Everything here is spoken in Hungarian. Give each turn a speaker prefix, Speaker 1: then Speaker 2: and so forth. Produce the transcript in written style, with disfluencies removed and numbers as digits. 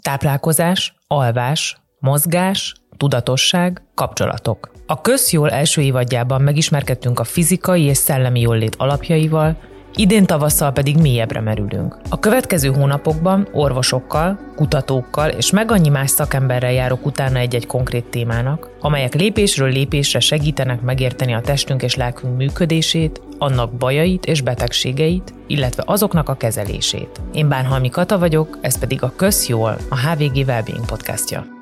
Speaker 1: Táplálkozás, alvás, mozgás, tudatosság, kapcsolatok. A Közjól első évadjában megismerkedtünk a fizikai és szellemi jólét alapjaival, idén tavasszal pedig mélyebbre merülünk. A következő hónapokban orvosokkal, kutatókkal és meg annyi más szakemberrel járok utána egy-egy konkrét témának, amelyek lépésről lépésre segítenek megérteni a testünk és lelkünk működését, annak bajait és betegségeit, illetve azoknak a kezelését. Én Bánhalmi Kata vagyok, ez pedig a Közjól, a HVG Wellbeing podcastja.